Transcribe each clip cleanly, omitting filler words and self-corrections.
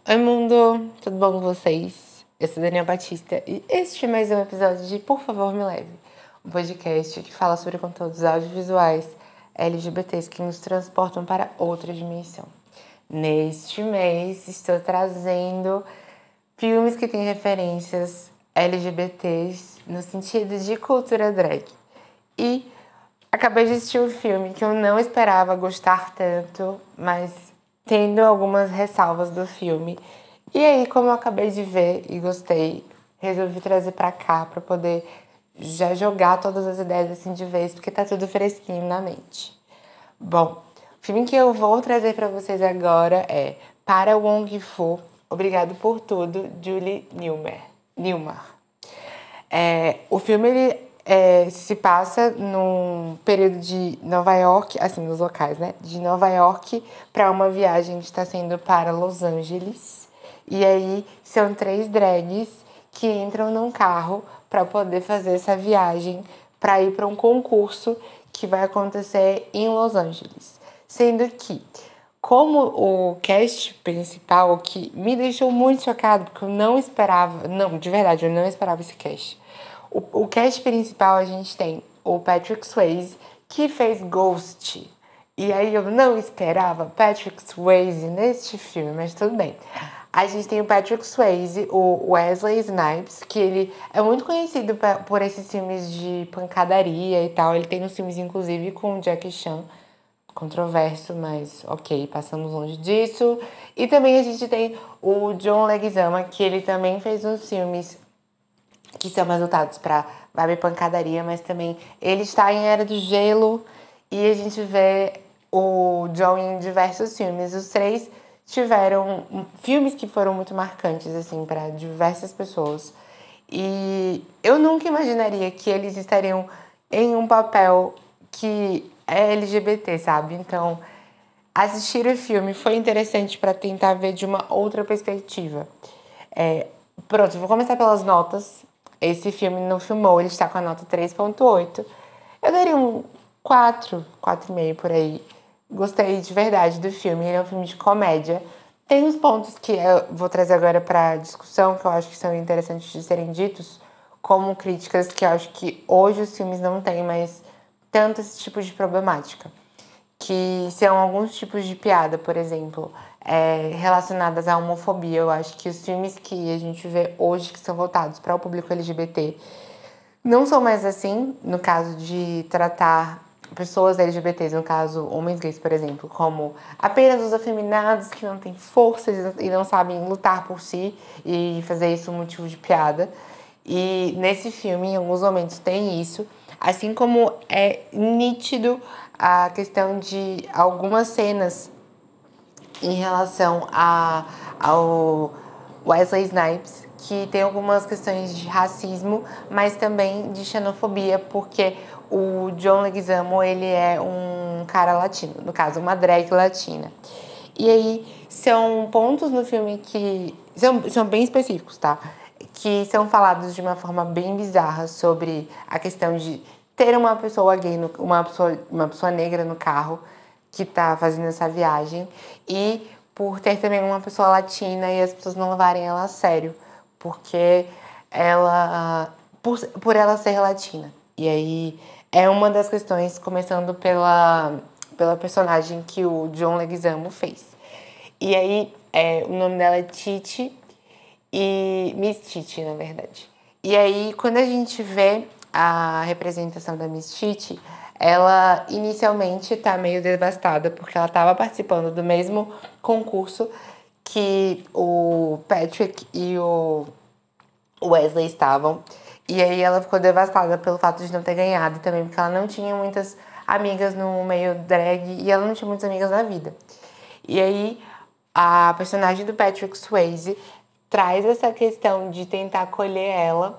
Oi, mundo! Tudo bom com vocês? Eu sou Daniel Batista e este é mais um episódio de Por Favor Me Leve, um podcast que fala sobre conteúdos audiovisuais LGBTs que nos transportam para outra dimensão. Neste mês, estou trazendo filmes que têm referências LGBTs no sentido de cultura drag. E acabei de assistir um filme que eu não esperava gostar tanto, mas tendo algumas ressalvas do filme. E aí, como eu acabei de ver e gostei, resolvi trazer pra cá pra poder já jogar todas as ideias assim de vez, porque tá tudo fresquinho na mente. Bom, o filme que eu vou trazer pra vocês agora é Para Wong Fu, Obrigado por Tudo, Julie Newmar. O filme se passa num período de Nova York, assim, nos locais, né? De Nova York para uma viagem que está sendo para Los Angeles. E aí são 3 drags que entram num carro para poder fazer essa viagem para ir para um concurso que vai acontecer em Los Angeles. Sendo que, como o cast principal, que me deixou muito chocado, porque eu não esperava, não, de verdade, eu não esperava esse cast. O cast principal a gente tem o Patrick Swayze, que fez Ghost. E aí eu não esperava Patrick Swayze neste filme, mas tudo bem. A gente tem o Patrick Swayze, o Wesley Snipes, que ele é muito conhecido por esses filmes de pancadaria e tal. Ele tem uns filmes, inclusive, com o Jackie Chan. Controverso, mas ok, passamos longe disso. E também a gente tem o John Leguizamo, que ele também fez uns filmes que são mais voltados para vibe pancadaria, mas também ele está em Era do Gelo e a gente vê o John em diversos filmes. Os 3 tiveram filmes que foram muito marcantes assim para diversas pessoas. E eu nunca imaginaria que eles estariam em um papel que é LGBT, sabe? Então, assistir o filme foi interessante para tentar ver de uma outra perspectiva. Pronto, vou começar pelas notas. Esse filme não filmou, ele está com a nota 3,8. Eu daria um 4, 4,5 por aí. Gostei de verdade do filme, ele é um filme de comédia. Tem uns pontos que eu vou trazer agora para discussão, que eu acho que são interessantes de serem ditos, como críticas que eu acho que hoje os filmes não têm mais tanto esse tipo de problemática, que são alguns tipos de piada, por exemplo, relacionadas à homofobia. Eu acho que os filmes que a gente vê hoje que são voltados para o público LGBT não são mais assim, no caso de tratar pessoas LGBTs, no caso homens gays, por exemplo, como apenas os afeminados que não têm força e não sabem lutar por si e fazer isso um motivo de piada. E nesse filme, em alguns momentos, tem isso, assim como é nítido a questão de algumas cenas em relação ao Wesley Snipes, que tem algumas questões de racismo, mas também de xenofobia, porque o John Leguizamo, ele é um cara latino, no caso, uma drag latina. E aí, são pontos no filme que são bem específicos, tá? Que são falados de uma forma bem bizarra sobre a questão de ter uma pessoa gay, uma pessoa negra no carro, que tá fazendo essa viagem, e por ter também uma pessoa latina e as pessoas não levarem ela a sério, porque ela por ela ser latina. E aí é uma das questões, começando pela personagem que o John Leguizamo fez. E aí o nome dela é Titi, e Miss Titi, na verdade. E aí, quando a gente vê a representação da Miss Titi, ela inicialmente tá meio devastada, porque ela tava participando do mesmo concurso que o Patrick e o Wesley estavam. E aí ela ficou devastada pelo fato de não ter ganhado, e também porque ela não tinha muitas amigas no meio drag e ela não tinha muitas amigas na vida. E aí a personagem do Patrick Swayze traz essa questão de tentar acolher ela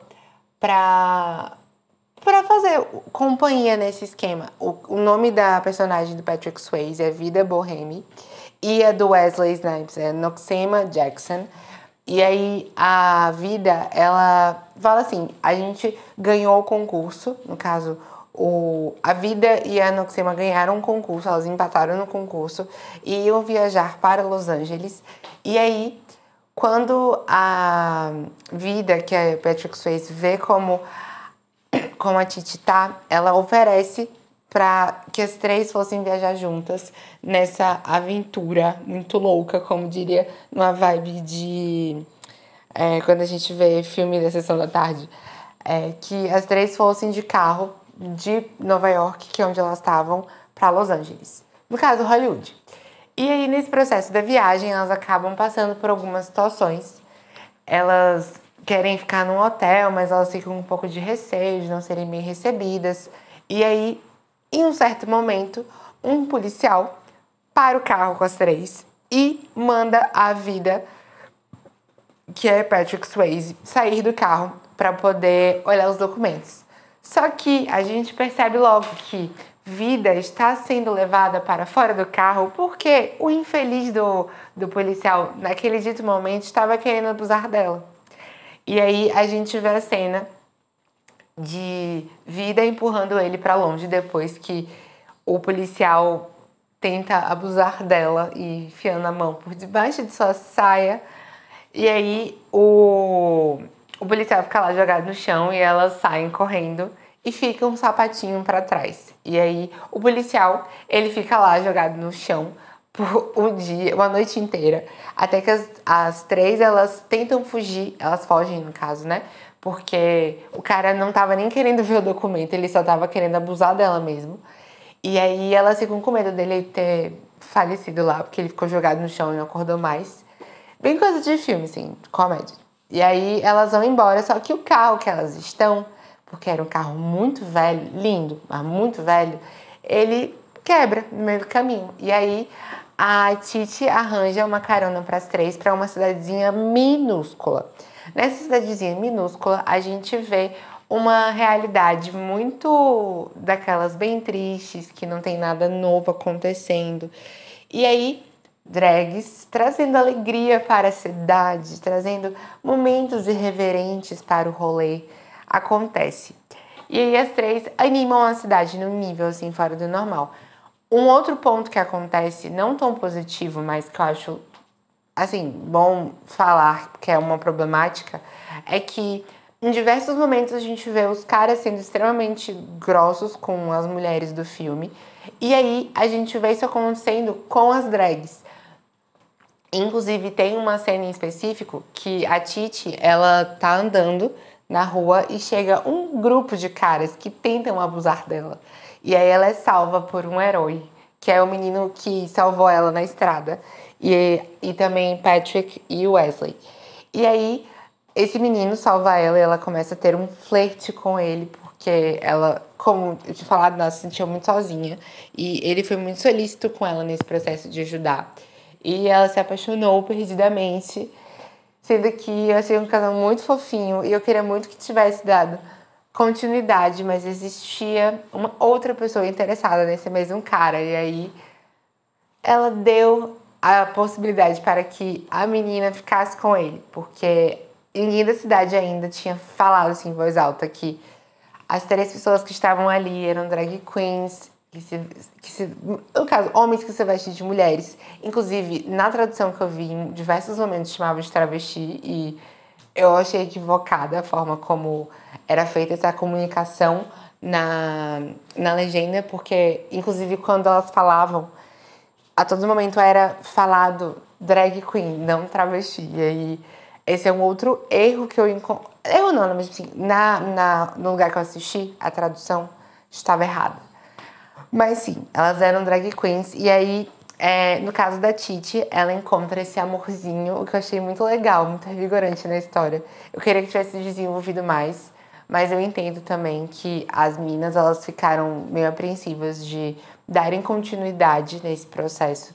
pra fazer companhia nesse esquema. O nome da personagem do Patrick Swayze é Vida Boheme e a do Wesley Snipes é Noxema Jackson. E aí a Vida, ela fala assim, a gente ganhou o concurso, no caso, a Vida e a Noxema ganharam um concurso, elas empataram no concurso e iam viajar para Los Angeles. E aí Quando a Vida, que a Patrick Swayze, vê como a Titi tá, ela oferece para que as três fossem viajar juntas nessa aventura muito louca, como diria, numa vibe de... quando a gente vê filme da Sessão da Tarde, que as três fossem de carro de Nova York, que é onde elas estavam, para Los Angeles. No caso, Hollywood. E aí, nesse processo da viagem, elas acabam passando por algumas situações. Elas querem ficar num hotel, mas elas ficam com um pouco de receio de não serem bem recebidas. E aí, em um certo momento, um policial para o carro com as três e manda a Vida, que é Patrick Swayze, sair do carro para poder olhar os documentos. Só que a gente percebe logo que Vida está sendo levada para fora do carro porque o infeliz do policial, naquele dito momento, estava querendo abusar dela. E aí a gente vê a cena de Vida empurrando ele para longe depois que o policial tenta abusar dela e enfiando a mão por debaixo de sua saia. E aí o policial fica lá jogado no chão e elas saem correndo e fica um sapatinho para trás. E aí o policial, ele fica lá jogado no chão por um dia, uma noite inteira, até que as três, elas tentam fugir, elas fogem no caso, né? Porque o cara não tava nem querendo ver o documento, ele só tava querendo abusar dela mesmo. E aí elas ficam com medo dele ter falecido lá, porque ele ficou jogado no chão e não acordou mais. Bem coisa de filme, assim, comédia. E aí elas vão embora, só que o carro que elas estão, porque era um carro muito velho, lindo, mas muito velho, ele quebra no meio do caminho. E aí a Titi arranja uma carona para as três para uma cidadezinha minúscula. Nessa cidadezinha minúscula, a gente vê uma realidade muito daquelas bem tristes, que não tem nada novo acontecendo. E aí drags trazendo alegria para a cidade, trazendo momentos irreverentes para o rolê, acontece. E aí as três animam a cidade num nível assim fora do normal. Um outro ponto que acontece, não tão positivo, mas que eu acho assim bom falar, que é uma problemática, é que em diversos momentos a gente vê os caras sendo extremamente grossos com as mulheres do filme. E aí a gente vê isso acontecendo com as drags. Inclusive, tem uma cena em específico que a Titi, ela tá andando na rua e chega um grupo de caras que tentam abusar dela. E aí ela é salva por um herói, que é o menino que salvou ela na estrada. E também Patrick e Wesley. E aí, esse menino salva ela e ela começa a ter um flerte com ele, porque ela, como eu te falado, ela se sentiu muito sozinha. E ele foi muito solícito com ela nesse processo de ajudar. E ela se apaixonou perdidamente, sendo que eu achei um casal muito fofinho e eu queria muito que tivesse dado continuidade, mas existia uma outra pessoa interessada nesse mesmo cara. E aí ela deu a possibilidade para que a menina ficasse com ele, porque ninguém da cidade ainda tinha falado assim em voz alta que as três pessoas que estavam ali eram drag queens, no caso, homens que se vestem de mulheres. Inclusive, na tradução que eu vi, em diversos momentos chamavam de travesti e eu achei equivocada a forma como era feita essa comunicação na legenda, porque, inclusive, quando elas falavam, a todo momento era falado drag queen, não travesti. E aí, esse é um outro erro que eu encontro. Erro não, mas assim, no lugar que eu assisti, a tradução estava errada. Mas sim, elas eram drag queens. E aí, no caso da Titi, ela encontra esse amorzinho, o que eu achei muito legal, muito revigorante na história. Eu queria que tivesse desenvolvido mais, mas eu entendo também que as minas, elas ficaram meio apreensivas de darem continuidade nesse processo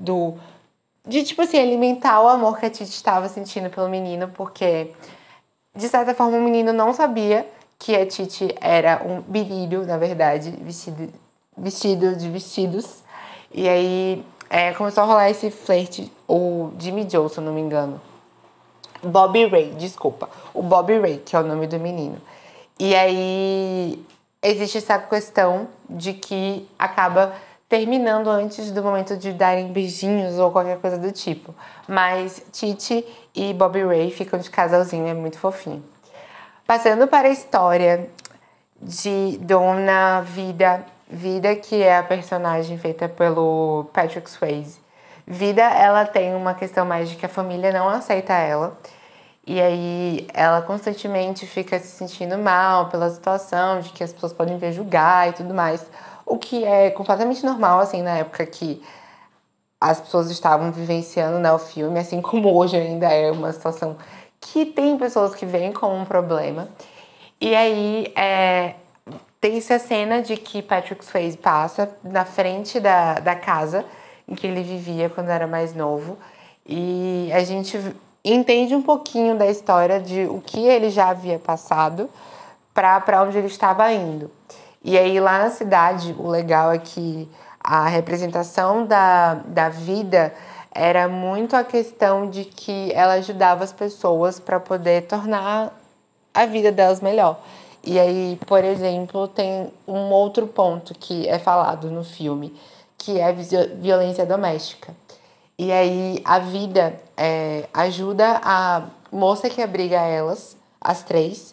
de, tipo assim, alimentar o amor que a Titi estava sentindo pelo menino, porque, de certa forma, o menino não sabia que a Titi era um berilho, na verdade, vestido de vestidos. E aí começou a rolar esse flerte, o Jimmy Joe, se eu não me engano. Bobby Ray, desculpa. O Bobby Ray, que é o nome do menino. E aí existe essa questão de que acaba terminando antes do momento de darem beijinhos ou qualquer coisa do tipo. Mas Titi e Bobby Ray ficam de casalzinho, é muito fofinho. Passando para a história de Dona Vida, Vida que é a personagem feita pelo Patrick Swayze. Vida, ela tem uma questão mais de que a família não aceita ela. E aí ela constantemente fica se sentindo mal pela situação, de que as pessoas podem vir julgar e tudo mais. O que é completamente normal, assim, na época que as pessoas estavam vivenciando, né, o filme, assim como hoje ainda é uma situação que tem pessoas que veem como um problema. E aí tem essa cena de que Patrick Swayze passa na frente da casa em que ele vivia quando era mais novo. E a gente entende um pouquinho da história de o que ele já havia passado para onde ele estava indo. E aí lá na cidade, o legal é que a representação da vida era muito a questão de que ela ajudava as pessoas para poder tornar a vida delas melhor. E aí, por exemplo, tem um outro ponto que é falado no filme, que é a violência doméstica. E aí a vida ajuda a moça que abriga elas, as três,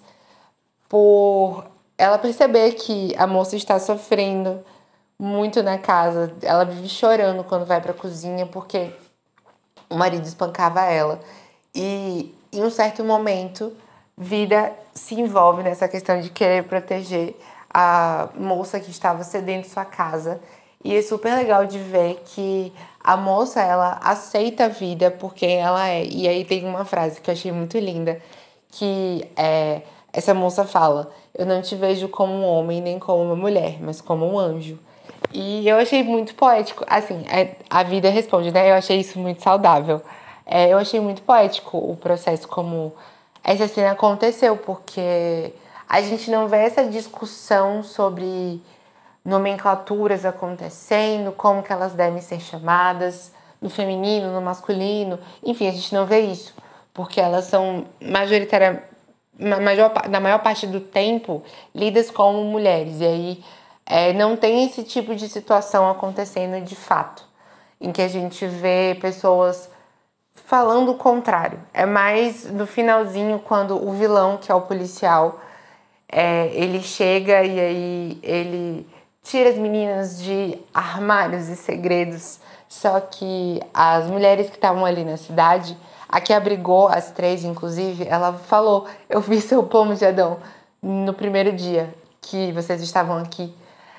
por ela perceber que a moça está sofrendo muito na casa. Ela vive chorando quando vai pra cozinha porque o marido espancava ela. E em um certo momento, Vida se envolve nessa questão de querer proteger a moça que estava cedendo sua casa. E é super legal de ver que a moça, ela aceita a vida por quem ela é. E aí tem uma frase que eu achei muito linda, que essa moça fala: eu não te vejo como um homem nem como uma mulher, mas como um anjo. E eu achei muito poético. Assim, a vida responde, né? Eu achei isso muito saudável. Eu achei muito poético o processo como essa cena aconteceu, porque a gente não vê essa discussão sobre nomenclaturas acontecendo, como que elas devem ser chamadas, no feminino, no masculino. Enfim, a gente não vê isso, porque elas são majoritariamente, na maior parte do tempo, lidas como mulheres. E aí não tem esse tipo de situação acontecendo de fato, em que a gente vê pessoas falando o contrário. É mais no finalzinho, quando o vilão, que é o policial, ele chega e aí ele tira as meninas de armários e segredos. Só que as mulheres que estavam ali na cidade, a que abrigou as três, inclusive, ela falou: eu vi seu pomo de Adão no primeiro dia que vocês estavam aqui.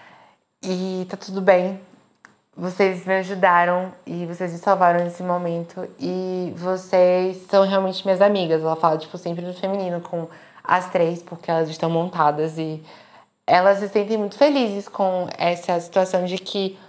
E tá tudo bem. Vocês me ajudaram e vocês me salvaram nesse momento. E vocês são realmente minhas amigas. Ela fala, tipo, sempre no feminino com as três, porque elas estão montadas e elas se sentem muito felizes com essa situação de que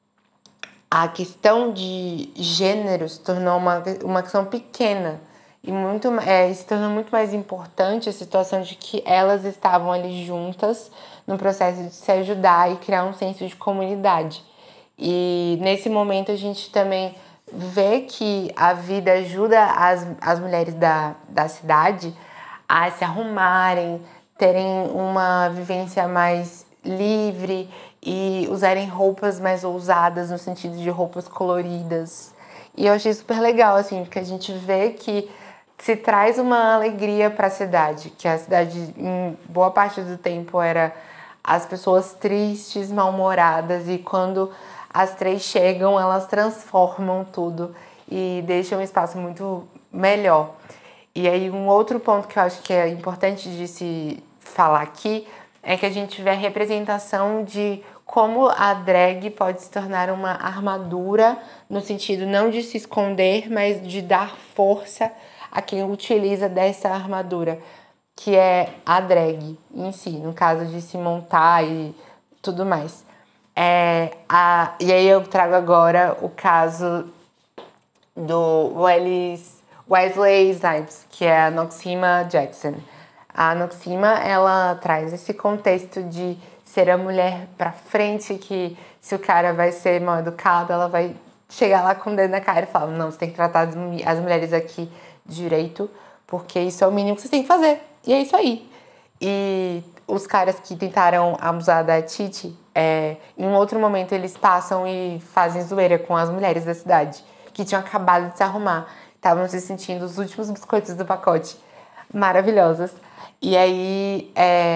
a questão de gênero se tornou uma questão pequena e se tornou muito mais importante a situação de que elas estavam ali juntas no processo de se ajudar e criar um senso de comunidade. E nesse momento a gente também vê que a vida ajuda as mulheres da cidade a se arrumarem, terem uma vivência mais livre e usarem roupas mais ousadas, no sentido de roupas coloridas. E eu achei super legal, assim, porque a gente vê que se traz uma alegria para a cidade, que a cidade, em boa parte do tempo, era as pessoas tristes, mal-humoradas, e quando as três chegam, elas transformam tudo e deixam um espaço muito melhor. E aí um outro ponto que eu acho que é importante de se falar aqui é que a gente vê a representação de como a drag pode se tornar uma armadura, no sentido não de se esconder, mas de dar força a quem utiliza dessa armadura, que é a drag em si, no caso de se montar e tudo mais. E aí eu trago agora o caso do Wesley Snipes, que é a Noxeema Jackson. A Noxeema, ela traz esse contexto de ser a mulher pra frente, que se o cara vai ser mal educado, ela vai chegar lá com o dedo na cara e falar: não, você tem que tratar as mulheres aqui direito, porque isso é o mínimo que você tem que fazer. E é isso aí. E os caras que tentaram abusar da Titi, em um outro momento eles passam e fazem zoeira com as mulheres da cidade, que tinham acabado de se arrumar, estavam se sentindo os últimos biscoitos do pacote, maravilhosas. E aí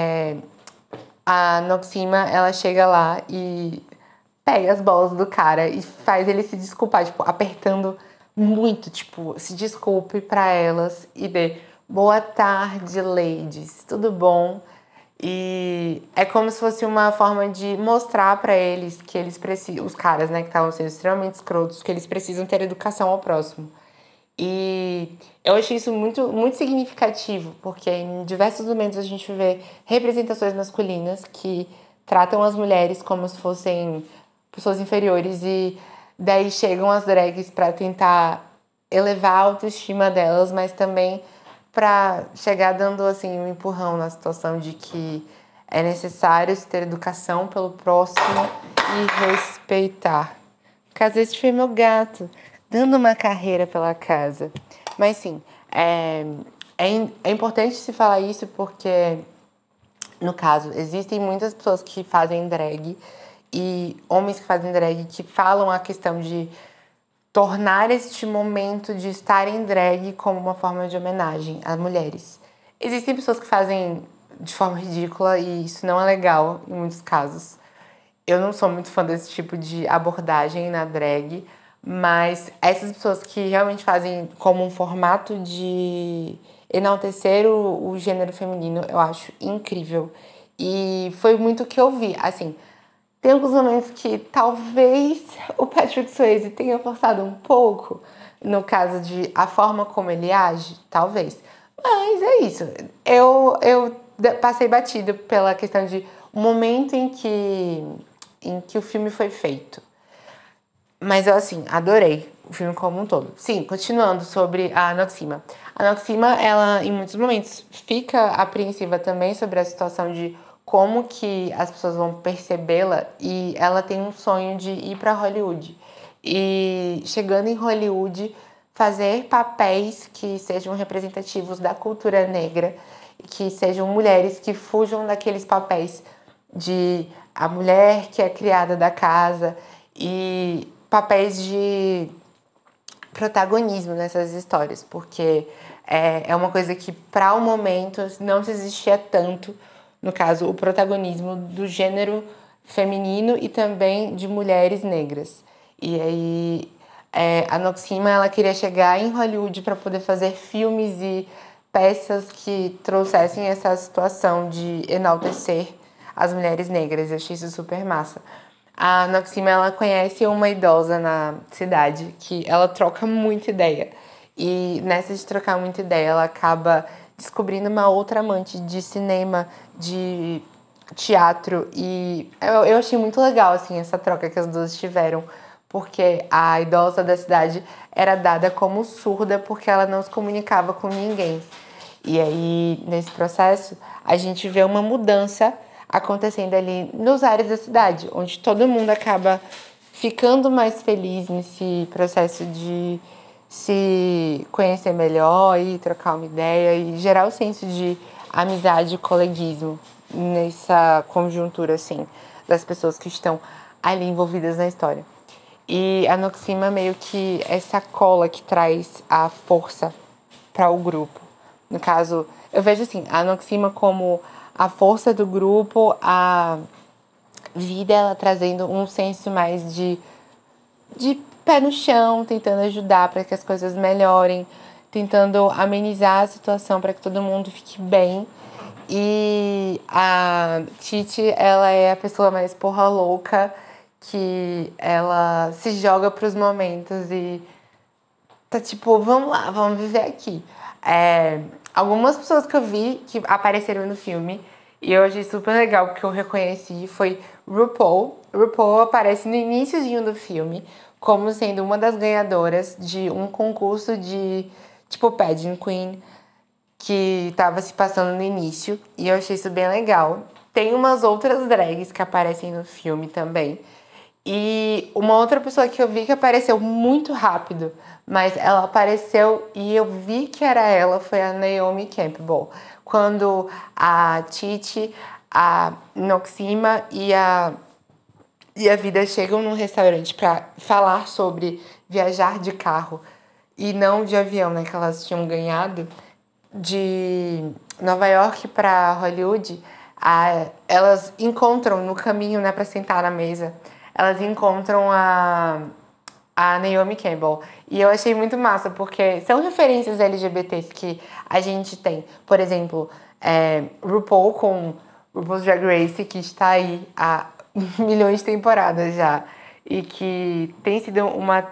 a Noxima, ela chega lá e pega as bolas do cara e faz ele se desculpar, tipo, apertando muito, tipo, se desculpe pra elas e dê boa tarde, ladies, tudo bom? E é como se fosse uma forma de mostrar pra eles que eles precisam, os caras, né, que estavam sendo extremamente escrotos, que eles precisam ter educação ao próximo. E eu achei isso muito, muito significativo, porque em diversos momentos a gente vê representações masculinas que tratam as mulheres como se fossem pessoas inferiores e daí chegam as drags para tentar elevar a autoestima delas, mas também para chegar dando assim um empurrão na situação de que é necessário se ter educação pelo próximo e respeitar. Caso este foi meu gato, dando uma carreira pela casa. Mas sim, é importante se falar isso porque, no caso, existem muitas pessoas que fazem drag e homens que fazem drag que falam a questão de tornar este momento de estar em drag como uma forma de homenagem às mulheres. Existem pessoas que fazem de forma ridícula e isso não é legal em muitos casos. Eu não sou muito fã desse tipo de abordagem na drag, mas essas pessoas que realmente fazem como um formato de enaltecer o gênero feminino, eu acho incrível. E foi muito o que eu vi. Assim, tem alguns momentos que talvez o Patrick Swayze tenha forçado um pouco, no caso de a forma como ele age, talvez. Mas é isso. Eu passei batido pela questão de o momento em que o filme foi feito. Mas eu, assim, adorei o filme como um todo. Sim, continuando sobre a Noxima. A Noxima, ela, em muitos momentos, fica apreensiva também sobre a situação de como que as pessoas vão percebê-la e ela tem um sonho de ir para Hollywood. E chegando em Hollywood, fazer papéis que sejam representativos da cultura negra, que sejam mulheres que fujam daqueles papéis de a mulher que é criada da casa e papéis de protagonismo nessas histórias, porque é uma coisa que para o momento não se existia tanto, no caso, o protagonismo do gênero feminino e também de mulheres negras. E aí a Noxima, ela queria chegar em Hollywood para poder fazer filmes e peças que trouxessem essa situação de enaltecer as mulheres negras. Eu achei isso super massa. A Noxima, ela conhece uma idosa na cidade que ela troca muita ideia. E nessa de trocar muita ideia, ela acaba descobrindo uma outra amante de cinema, de teatro. E eu achei muito legal, assim, essa troca que as duas tiveram. Porque a idosa da cidade era dada como surda porque ela não se comunicava com ninguém. E aí, nesse processo, a gente vê uma mudança acontecendo ali nos ares da cidade, onde todo mundo acaba ficando mais feliz nesse processo de se conhecer melhor e trocar uma ideia e gerar o senso de amizade e coleguismo nessa conjuntura, assim, das pessoas que estão ali envolvidas na história. E a Noxima meio que essa cola que traz a força para o grupo. No caso, eu vejo assim, a Noxima como a força do grupo, a vida ela trazendo um senso mais de pé no chão, tentando ajudar para que as coisas melhorem, tentando amenizar a situação para que todo mundo fique bem. E a Titi, ela é a pessoa mais porra louca, que ela se joga pros momentos e tá tipo, vamos lá, vamos viver aqui. Algumas pessoas que eu vi que apareceram no filme e eu achei super legal porque eu reconheci foi RuPaul. RuPaul aparece no iniciozinho do filme como sendo uma das ganhadoras de um concurso de tipo pageant queen que estava se passando no início e eu achei isso bem legal. Tem umas outras drags que aparecem no filme também. E uma outra pessoa que eu vi que apareceu muito rápido, mas ela apareceu e eu vi que era ela, foi a Naomi Campbell. Quando a Titi A Noxima e a Vida chegam num restaurante para falar sobre viajar de carro e não de avião, né? Que elas tinham ganhado de Nova York para Hollywood. Elas encontram no caminho, né, para sentar na mesa, elas encontram a Naomi Campbell. E eu achei muito massa, porque são referências LGBTs que a gente tem. Por exemplo, RuPaul com RuPaul's Drag Race, que está aí há milhões de temporadas já. E que tem sido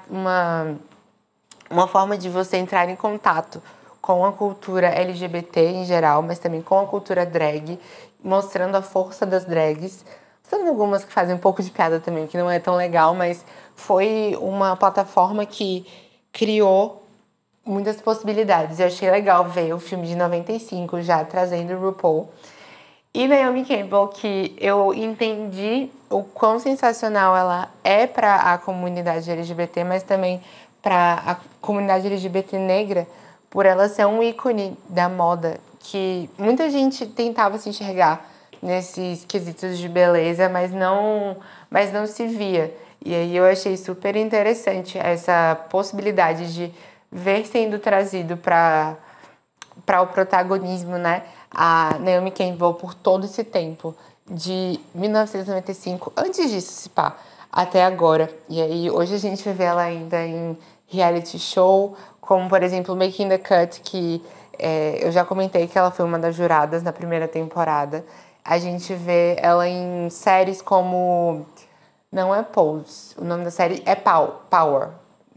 uma forma de você entrar em contato com a cultura LGBT em geral, mas também com a cultura drag, mostrando a força das drags. São algumas que fazem um pouco de piada também, que não é tão legal, mas foi uma plataforma que criou muitas possibilidades. Eu achei legal ver o filme de 95 já trazendo o RuPaul. E Naomi Campbell, que eu entendi o quão sensacional ela é para a comunidade LGBT, mas também para a comunidade LGBT negra, por ela ser um ícone da moda, que muita gente tentava se enxergar nesses quesitos de beleza, mas não se via. E aí eu achei super interessante essa possibilidade de ver sendo trazido para o protagonismo, né? A Naomi Campbell por todo esse tempo, de 1995, antes disso, se pá, até agora. E aí, hoje a gente vê ela ainda em reality show, como, por exemplo, Making the Cut, que eu já comentei que ela foi uma das juradas na primeira temporada. A gente vê ela em séries como... Não é Pose, o nome da série é Power.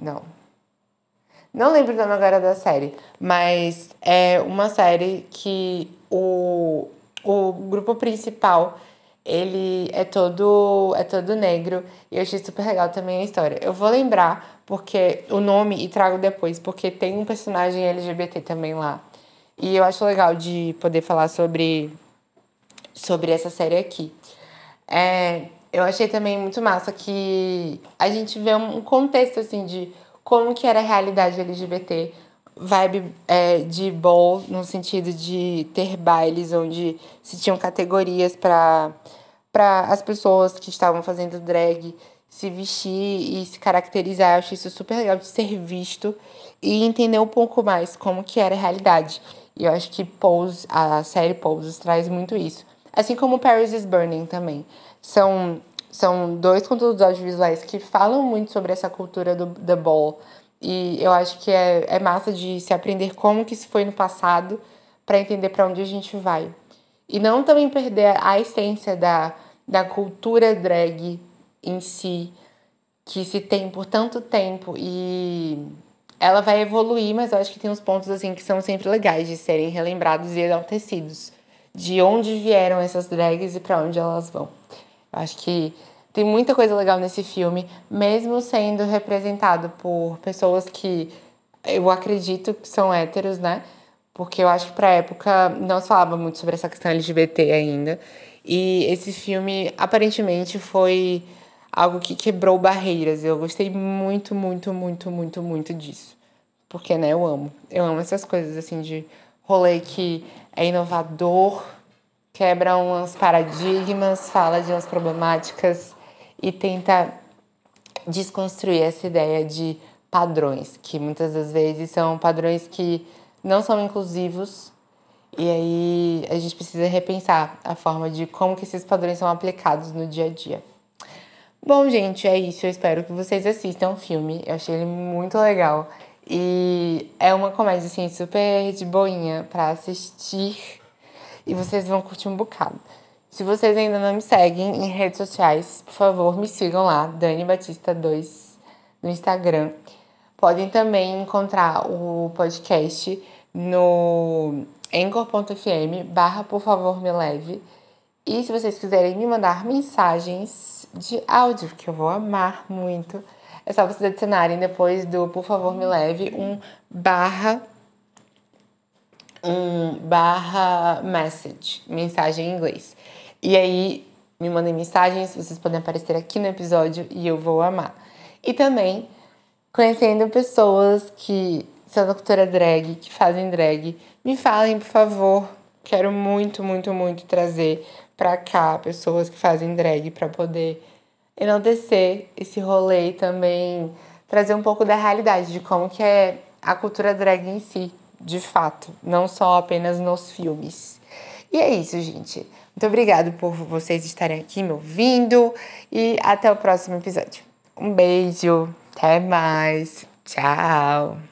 Não lembro o nome agora da série, mas é uma série que o grupo principal, ele é todo negro, e eu achei super legal também a história. Eu vou lembrar porque o nome e trago depois, porque tem um personagem LGBT também lá. E eu acho legal de poder falar sobre essa série aqui. Eu achei também muito massa que a gente vê um contexto, assim, de como que era a realidade LGBT, vibe de ball, no sentido de ter bailes onde se tinham categorias para as pessoas que estavam fazendo drag se vestir e se caracterizar. Eu achei isso super legal de ser visto e entender um pouco mais como que era a realidade. E eu acho que Pose, a série Pose, traz muito isso. Assim como Paris is Burning também. São dois conteúdos audiovisuais que falam muito sobre essa cultura do The Ball. E eu acho que é massa de se aprender como que isso foi no passado para entender para onde a gente vai. E não também perder a essência da cultura drag em si, que se tem por tanto tempo. E ela vai evoluir, mas eu acho que tem uns pontos assim que são sempre legais de serem relembrados e enaltecidos. De onde vieram essas drags e para onde elas vão. Eu acho que tem muita coisa legal nesse filme, mesmo sendo representado por pessoas que eu acredito que são héteros, né? Porque eu acho que pra época não se falava muito sobre essa questão LGBT ainda. E esse filme, aparentemente, foi algo que quebrou barreiras. Eu gostei muito, muito, muito, muito, muito disso. Porque, né, eu amo. Eu amo essas coisas, assim, de rolê que é inovador, quebra uns paradigmas, fala de umas problemáticas e tenta desconstruir essa ideia de padrões, que muitas das vezes são padrões que não são inclusivos, e aí a gente precisa repensar a forma de como que esses padrões são aplicados no dia a dia. Bom, gente, é isso. Eu espero que vocês assistam o filme. Eu achei ele muito legal. E é uma comédia, assim, super de boinha pra assistir. E vocês vão curtir um bocado. Se vocês ainda não me seguem em redes sociais, por favor, me sigam lá, Dani Batista 2 no Instagram. Podem também encontrar o podcast no anchor.fm /por favor me leve. E se vocês quiserem me mandar mensagens de áudio, que eu vou amar muito, é só vocês adicionarem depois do por favor me leve barra message, mensagem em inglês. E aí, me mandem mensagens, vocês podem aparecer aqui no episódio e eu vou amar. E também, conhecendo pessoas que são da cultura drag, que fazem drag, me falem, por favor. Quero muito, muito, muito trazer pra cá pessoas que fazem drag pra poder enaltecer esse rolê e também trazer um pouco da realidade de como que é a cultura drag em si, de fato, não só apenas nos filmes. E é isso, gente. Muito obrigada por vocês estarem aqui me ouvindo e até o próximo episódio. Um beijo, até mais, tchau!